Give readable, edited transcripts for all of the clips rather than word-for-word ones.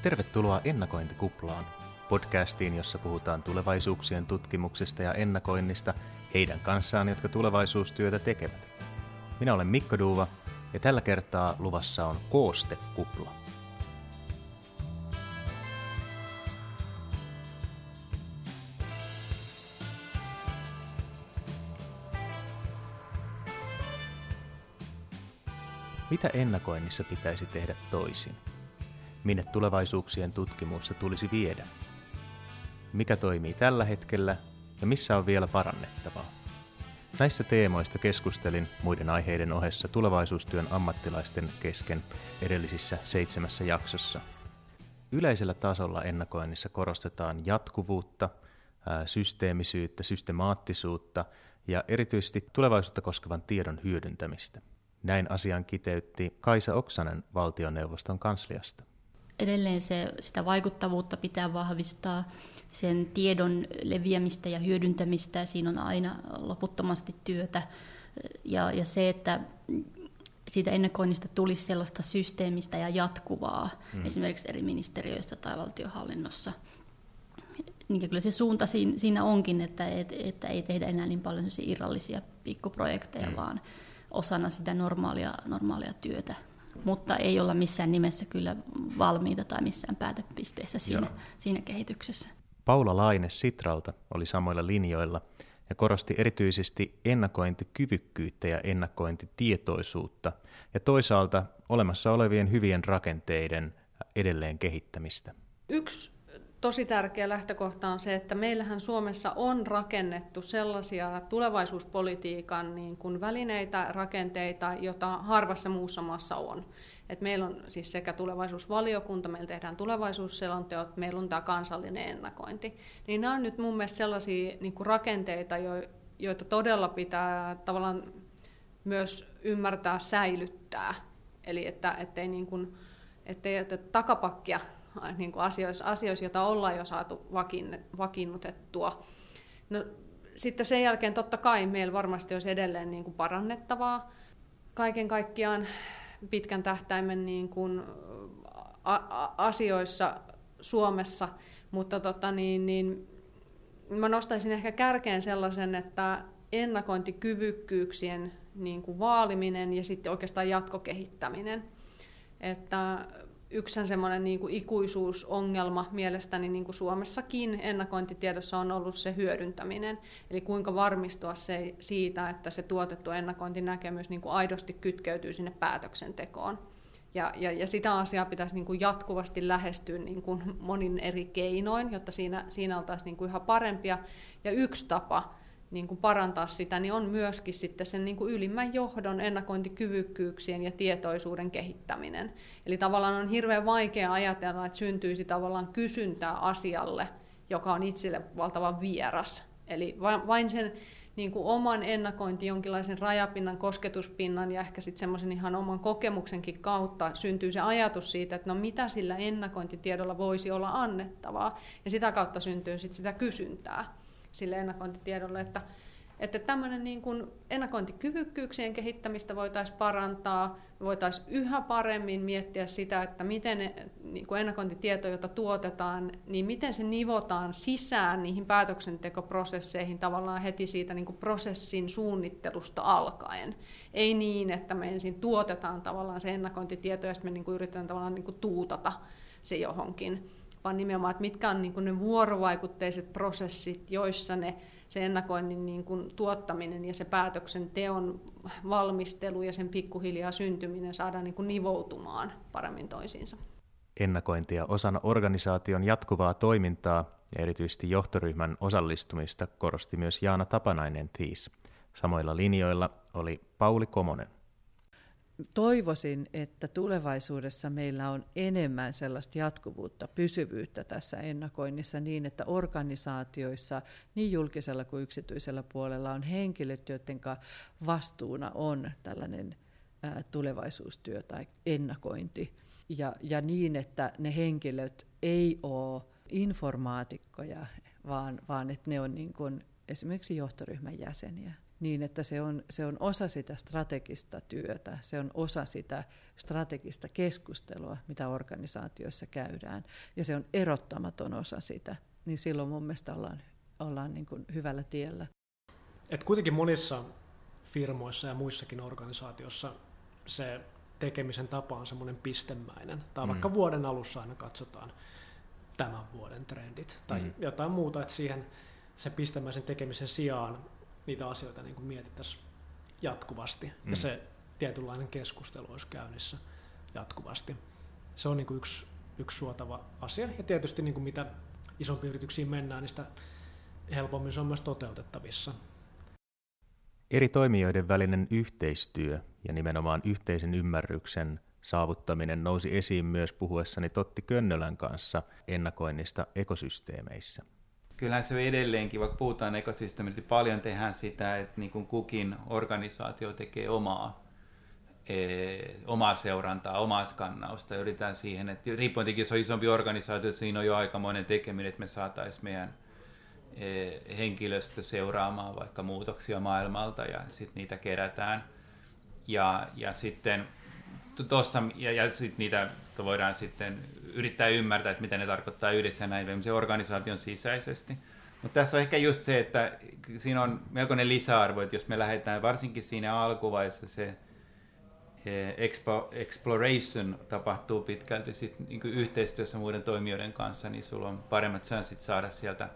Tervetuloa Ennakointikuplaan, podcastiin, jossa puhutaan tulevaisuuksien tutkimuksesta ja ennakoinnista heidän kanssaan, jotka tulevaisuustyötä tekevät. Minä olen Mikko Duuva ja tällä kertaa luvassa on koostekupla. Mitä ennakoinnissa pitäisi tehdä toisin? Minne tulevaisuuksien tutkimusta tulisi viedä? Mikä toimii tällä hetkellä ja missä on vielä parannettavaa? Näistä teemoista keskustelin muiden aiheiden ohessa tulevaisuustyön ammattilaisten kesken edellisissä 7 jaksossa. Yleisellä tasolla ennakoinnissa korostetaan jatkuvuutta, systeemisyyttä, systemaattisuutta ja erityisesti tulevaisuutta koskevan tiedon hyödyntämistä. Näin asian kiteytti Kaisa Oksanen valtioneuvoston kansliasta. Edelleen sitä vaikuttavuutta pitää vahvistaa, sen tiedon leviämistä ja hyödyntämistä, siinä on aina loputtomasti työtä. Ja se, että siitä ennakoinnista tulisi sellaista systeemistä ja jatkuvaa, esimerkiksi eri ministeriöissä tai valtionhallinnossa. Niin kyllä se suunta siinä onkin, että ei tehdä enää niin paljon irrallisia pikkuprojekteja, vaan osana sitä normaalia työtä. Mutta ei olla missään nimessä kyllä valmiita tai missään päätepisteessä siinä kehityksessä. Paula Laine Sitralta oli samoilla linjoilla ja korosti erityisesti ennakointikyvykkyyttä ja ennakointitietoisuutta ja toisaalta olemassa olevien hyvien rakenteiden edelleen kehittämistä. Yksi tosi tärkeä lähtökohta on se, että meillähän Suomessa on rakennettu sellaisia tulevaisuuspolitiikan niin kuin välineitä, rakenteita, joita harvassa muussa maassa on. Et meillä on siis sekä tulevaisuusvaliokunta, meillä tehdään tulevaisuusselonteot, meillä on tämä kansallinen ennakointi. Niin nämä on nyt mun mielestä sellaisia niin kuin rakenteita, joita todella pitää tavallaan myös ymmärtää säilyttää. Eli ettei takapakkia niin kuin asioissa, joita ollaan jo saatu vakiinnutettua. No, sitten sen jälkeen totta kai meillä varmasti olisi edelleen niin kuin parannettavaa. Kaiken kaikkiaan pitkän tähtäimen niin kuin asioissa Suomessa, mutta mä nostaisin ehkä kärkeen sellaisen, että ennakointikyvykkyyksien niin kuin vaaliminen ja sitten oikeastaan jatkokehittäminen. Että yksi semmoinen niin kuin ikuisuusongelma mielestäni niin kuin Suomessakin ennakointitiedossa on ollut se hyödyntäminen. Eli kuinka varmistua siitä, että se tuotettu ennakointinäkemys niin kuin aidosti kytkeytyy sinne päätöksentekoon. Ja sitä asiaa pitäisi niin kuin jatkuvasti lähestyä niin kuin monin eri keinoin, jotta siinä oltaisiin niin kuin ihan parempia. Ja yksi tapa niin kuin parantaa sitä, niin on myöskin sitten sen niin kuin ylimmän johdon ennakointikyvykkyyksien ja tietoisuuden kehittäminen. Eli tavallaan on hirveän vaikea ajatella, että syntyisi tavallaan kysyntää asialle, joka on itselle valtavan vieras. Eli vain sen niin kuin oman ennakointi, jonkinlaisen rajapinnan, kosketuspinnan ja ehkä sitten semmoisen ihan oman kokemuksenkin kautta syntyy se ajatus siitä, että no mitä sillä ennakointitiedolla voisi olla annettavaa. Ja sitä kautta syntyy sitten sitä kysyntää sille ennakointitiedolle, että tämmöinen niin kuin ennakointikyvykkyyksien kehittämistä voitaisiin parantaa, voitaisiin yhä paremmin miettiä sitä, että miten niin kuin ennakointitieto, jota tuotetaan, niin miten se nivotaan sisään niihin päätöksentekoprosesseihin tavallaan heti siitä niin kuin prosessin suunnittelusta alkaen. Ei niin, että me ensin tuotetaan tavallaan se ennakointitieto ja sitten me niin kuin yritetään tavallaan niin kuin tuutata se johonkin, vaan nimenomaan, että mitkä on niin kuin ne vuorovaikutteiset prosessit, joissa se ennakoinnin niin kuin tuottaminen ja se päätöksenteon valmistelu ja sen pikkuhiljaa syntyminen saadaan niin kuin nivoutumaan paremmin toisiinsa. Ennakointia osana organisaation jatkuvaa toimintaa ja erityisesti johtoryhmän osallistumista korosti myös Jaana Tapanainen Thies. Samoilla linjoilla oli Pauli Komonen. Toivoisin, että tulevaisuudessa meillä on enemmän sellaista jatkuvuutta, pysyvyyttä tässä ennakoinnissa niin, että organisaatioissa niin julkisella kuin yksityisellä puolella on henkilöt, joiden vastuuna on tällainen tulevaisuustyö tai ennakointi. Ja niin, että ne henkilöt ei ole informaatikkoja, vaan että ne on niin kuin esimerkiksi johtoryhmän jäseniä, niin että se on osa sitä strategista työtä, se on osa sitä strategista keskustelua, mitä organisaatioissa käydään, ja se on erottamaton osa sitä, niin silloin mun mielestä ollaan niin kuin hyvällä tiellä. Et kuitenkin monissa firmoissa ja muissakin organisaatioissa se tekemisen tapa on semmoinen pistemäinen, tai vaikka vuoden alussa aina katsotaan tämän vuoden trendit, tai jotain muuta, että siihen se pistemäisen tekemisen sijaan niitä asioita niin kuin mietittäisiin jatkuvasti, ja se tietynlainen keskustelu olisi käynnissä jatkuvasti. Se on niin kuin yksi suotava asia, ja tietysti niin kuin mitä isompiin yrityksiin mennään, niin sitä helpommin se on myös toteutettavissa. Eri toimijoiden välinen yhteistyö ja nimenomaan yhteisen ymmärryksen saavuttaminen nousi esiin myös puhuessani Totti Könnölän kanssa ennakoinnista ekosysteemeissä. Kyllähän se on edelleenkin, vaikka puhutaan ekosysteemistä, paljon tehdään sitä, että niin kuin kukin organisaatio tekee omaa seurantaa, omaa skannausta. Yritetään siihen, että riippuen jos on isompi organisaatio, siinä on jo aikamoinen tekeminen, että me saataisiin meidän henkilöstö seuraamaan vaikka muutoksia maailmalta ja sitten niitä kerätään. Ja sitten sit niitä voidaan sitten yrittää ymmärtää, että mitä ne tarkoittaa yhdessä näin organisaation sisäisesti. Mutta tässä on ehkä just se, että siinä on melkoinen lisäarvo, että jos me lähdetään varsinkin siinä alkuvaiheessa se exploration tapahtuu pitkälti sit, niin kuin yhteistyössä muiden toimijoiden kanssa, niin sulla on paremmat chanssit saada sieltä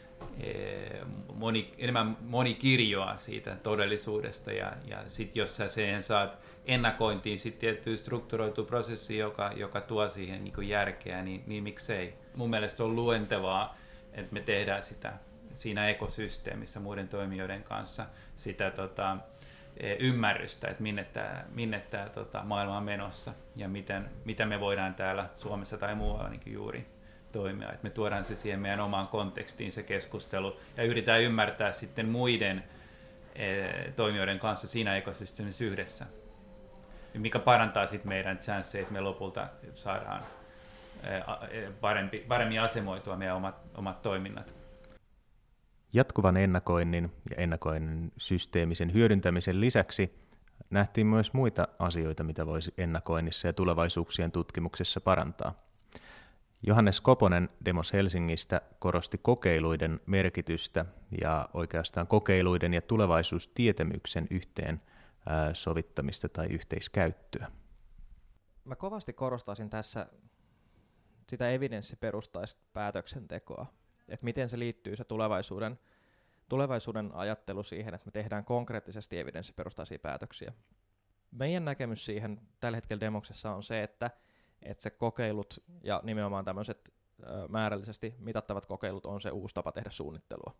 enemmän monikirjoa siitä todellisuudesta, ja sitten jos sä siihen saat ennakointiin sitten tietty strukturoitu prosessi, joka tuo siihen niin kuin järkeä, niin miksei. Mun mielestä on luentevaa, että me tehdään sitä siinä ekosysteemissä muiden toimijoiden kanssa sitä ymmärrystä, että minne tämä maailma on menossa ja miten me voidaan täällä Suomessa tai muualla niin juuri toimia. Että me tuodaan se siihen meidän omaan kontekstiin se keskustelu ja yritetään ymmärtää sitten muiden toimijoiden kanssa siinä ekosysteemissä yhdessä, mikä parantaa sitten meidän chansseja, että me lopulta saadaan paremmin asemoitua meidän omat toiminnat. Jatkuvan ennakoinnin ja ennakoinnin systeemisen hyödyntämisen lisäksi nähtiin myös muita asioita, mitä voisi ennakoinnissa ja tulevaisuuksien tutkimuksessa parantaa. Johannes Koponen Demos Helsingistä korosti kokeiluiden merkitystä ja oikeastaan kokeiluiden ja tulevaisuustietämyksen yhteen sovittamista tai yhteiskäyttöä. Mä kovasti korostaisin tässä sitä evidenssiperustaista päätöksentekoa, että miten se liittyy se tulevaisuuden ajattelu siihen, että me tehdään konkreettisesti evidenssiperustaisia päätöksiä. Meidän näkemys siihen tällä hetkellä Demoksessa on se, että se kokeilut ja nimenomaan tämmöiset määrällisesti mitattavat kokeilut on se uusi tapa tehdä suunnittelua.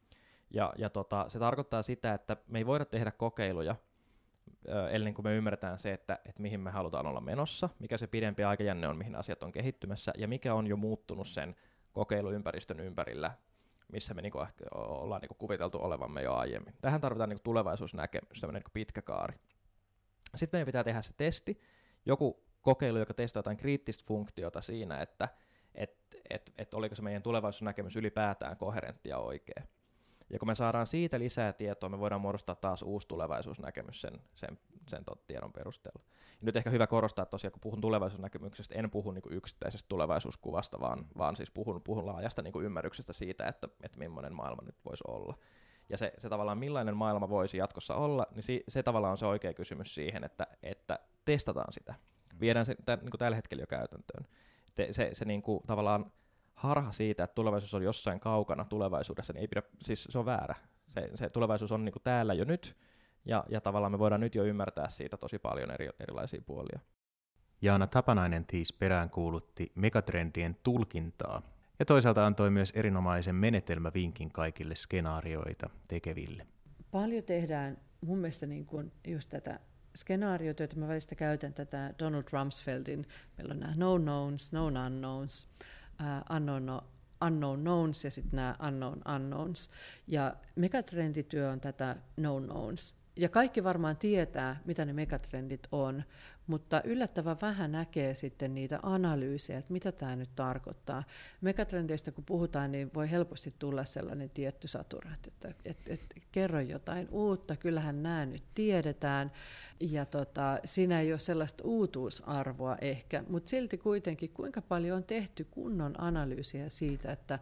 Se tarkoittaa sitä, että me ei voida tehdä kokeiluja, ennen kuin me ymmärretään se, että mihin me halutaan olla menossa, mikä se pidempi aikajänne on, mihin asiat on kehittymässä ja mikä on jo muuttunut sen kokeiluympäristön ympärillä, missä me ollaan kuviteltu olevamme jo aiemmin. Tähän tarvitaan tulevaisuusnäkemys, tämmöinen pitkä kaari. Sitten meidän pitää tehdä se testi, joku kokeilu, joka testaa jotain kriittistä funktiota siinä, että oliko se meidän tulevaisuusnäkemys ylipäätään koherentti ja oikea. Ja kun me saadaan siitä lisää tietoa, me voidaan muodostaa taas uusi tulevaisuusnäkemys sen tiedon perusteella. Ja nyt ehkä hyvä korostaa, että tosiaan kun puhun tulevaisuusnäkemyksestä, en puhu niin kuin yksittäisestä tulevaisuuskuvasta, vaan siis puhun laajasta niin kuin ymmärryksestä siitä, että millainen maailma nyt voisi olla. Ja se tavallaan millainen maailma voisi jatkossa olla, niin se tavallaan on se oikea kysymys siihen, että testataan sitä. Viedään se niin kuin tällä hetkellä jo käytäntöön. Se niin kuin tavallaan harha siitä, että tulevaisuus on jossain kaukana tulevaisuudessa, niin ei pidä, siis se on väärä. Se tulevaisuus on niin kuin täällä jo nyt, ja tavallaan me voidaan nyt jo ymmärtää siitä tosi paljon erilaisia puolia. Jaana Tapanainen Thiis peräänkuulutti megatrendien tulkintaa, ja toisaalta antoi myös erinomaisen menetelmävinkin kaikille skenaarioita tekeville. Paljon tehdään mun mielestä niin kuin just tätä skenaariotyötä. Mä välistä käytän tätä Donald Rumsfeldin, meillä on nämä known knowns, known unknowns, unknown knowns ja sitten nämä unknown unknowns. Ja megatrendityö on tätä known knowns. Ja kaikki varmaan tietää, mitä ne megatrendit on, mutta yllättävän vähän näkee sitten niitä analyysejä, että mitä tämä nyt tarkoittaa. Megatrendeistä kun puhutaan, niin voi helposti tulla sellainen tietty satura, että kerro jotain uutta, kyllähän nämä nyt tiedetään, ja siinä ei ole sellaista uutuusarvoa ehkä, mutta silti kuitenkin kuinka paljon on tehty kunnon analyysiä siitä, että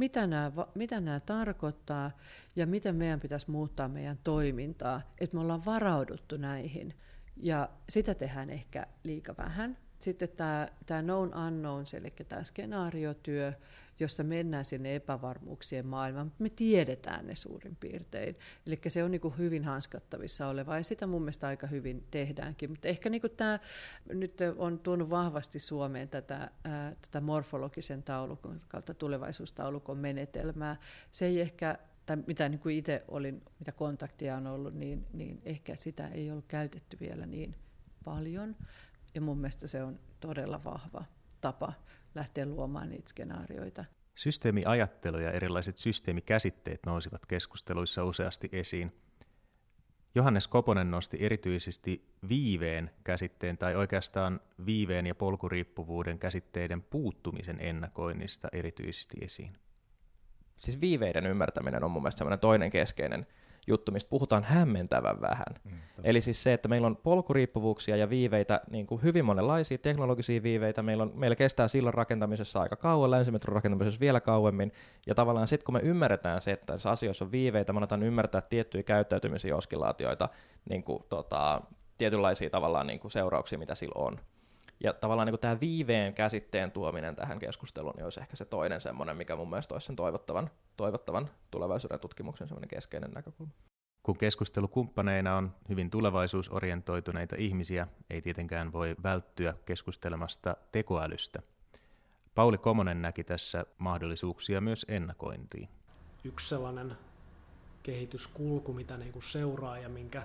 mitä nämä tarkoittaa ja miten meidän pitäisi muuttaa meidän toimintaa, että me ollaan varauduttu näihin. Ja sitä tehdään ehkä liikaa vähän. Sitten tämä known unknowns, eli tämä skenaariotyö, jossa mennään sinne epävarmuuksien maailmaan. Me tiedetään ne suurin piirtein. Eli se on niin kuin hyvin hanskattavissa oleva, ja sitä mun mielestä aika hyvin tehdäänkin. Mutta ehkä niin kuin tämä nyt on tuonut vahvasti Suomeen tätä morfologisen taulukon kautta tulevaisuustaulukon menetelmää. Se ei ehkä, tai mitä niin kuin itse olin, mitä kontaktia on ollut, niin ehkä sitä ei ollut käytetty vielä niin paljon. Ja mun mielestä se on todella vahva tapa lähteä luomaan niitä skenaarioita. Systeemiajattelu ja erilaiset systeemikäsitteet nousivat keskusteluissa useasti esiin. Johannes Koponen nosti erityisesti viiveen käsitteen tai oikeastaan viiveen ja polkuriippuvuuden käsitteiden puuttumisen ennakoinnista erityisesti esiin. Siis viiveiden ymmärtäminen on mun mielestä sellainen toinen keskeinen juttu, mistä puhutaan hämmentävän vähän. Eli siis se, että meillä on polkuriippuvuuksia ja viiveitä, niin kuin hyvin monenlaisia teknologisia viiveitä. Meillä kestää sillan rakentamisessa aika kauan, länsimetron rakentamisessa vielä kauemmin. Ja tavallaan sitten, kun me ymmärretään se, että tässä asioissa on viiveitä, me aletaan ymmärtää tiettyjä käyttäytymisiä oskillaatioita, niin kuin, tietynlaisia tavallaan niin kuin seurauksia, mitä sillä on. Ja tavallaan niin kuin tämä viiveen käsitteen tuominen tähän keskusteluun niin olisi ehkä se toinen semmoinen, mikä mun mielestä olisi sen toivottavan tulevaisuuden tutkimuksen semmoinen keskeinen näkökulma. Kun keskustelukumppaneina on hyvin tulevaisuusorientoituneita ihmisiä, ei tietenkään voi välttyä keskustelemasta tekoälystä. Pauli Komonen näki tässä mahdollisuuksia myös ennakointiin. Yksi sellainen kehityskulku, mitä niinku seuraa ja minkä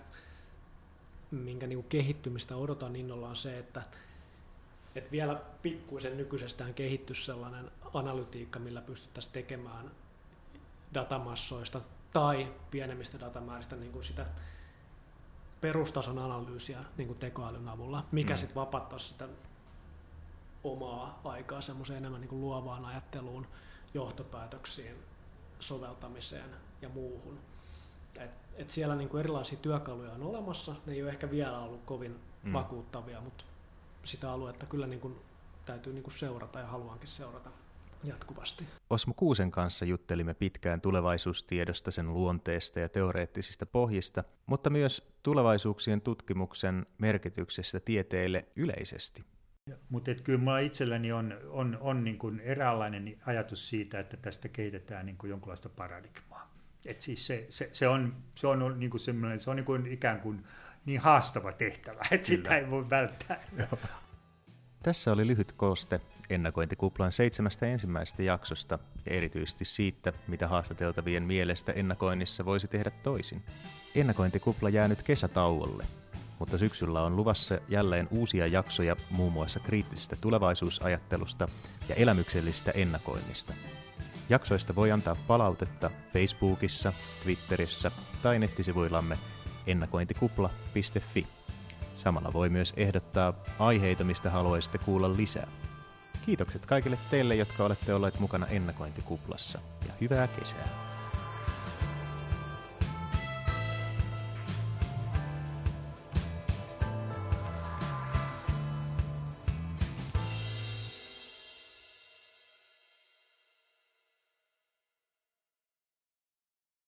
niinku kehittymistä odotan innolla on se, että vielä pikkuisen nykyisestään kehittyisi sellainen analytiikka, millä pystyttäisiin tekemään datamassoista tai pienemmistä datamääristä niin kuin sitä perustason analyysiä niin kuin tekoälyn avulla, mikä sitten vapauttaisi sitä omaa aikaa semmoiseen enemmän niin kuin luovaan ajatteluun, johtopäätöksiin, soveltamiseen ja muuhun. Et siellä niin kuin erilaisia työkaluja on olemassa, ne ei ole ehkä vielä ollut kovin vakuuttavia, mutta sitä aluetta kyllä niin kuin täytyy niin kuin seurata ja haluankin seurata jatkuvasti. Osmo Kuusen kanssa juttelimme pitkään tulevaisuustiedosta, sen luonteesta ja teoreettisista pohjista, mutta myös tulevaisuuksien tutkimuksen merkityksestä tieteelle yleisesti. Mutta kyllä minulla itselläni on niin kuin eräänlainen ajatus siitä, että tästä kehitetään niin kuin jonkinlaista paradigmaa. Et siis se on niin kuin semmoinen, se on niin kuin ikään kuin niin haastava tehtävä, että sitä ei voi välttää. Tässä oli lyhyt kooste ennakointikuplan 7 ensimmäisestä jaksosta ja erityisesti siitä, mitä haastateltavien mielestä ennakoinnissa voisi tehdä toisin. Ennakointikupla jää nyt kesätauolle, mutta syksyllä on luvassa jälleen uusia jaksoja muun muassa kriittisestä tulevaisuusajattelusta ja elämyksellisestä ennakoinnista. Jaksoista voi antaa palautetta Facebookissa, Twitterissä tai nettisivuillamme ennakointikupla.fi. Samalla voi myös ehdottaa aiheita, mistä haluaisitte kuulla lisää. Kiitokset kaikille teille, jotka olette olleet mukana ennakointikuplassa, ja hyvää kesää!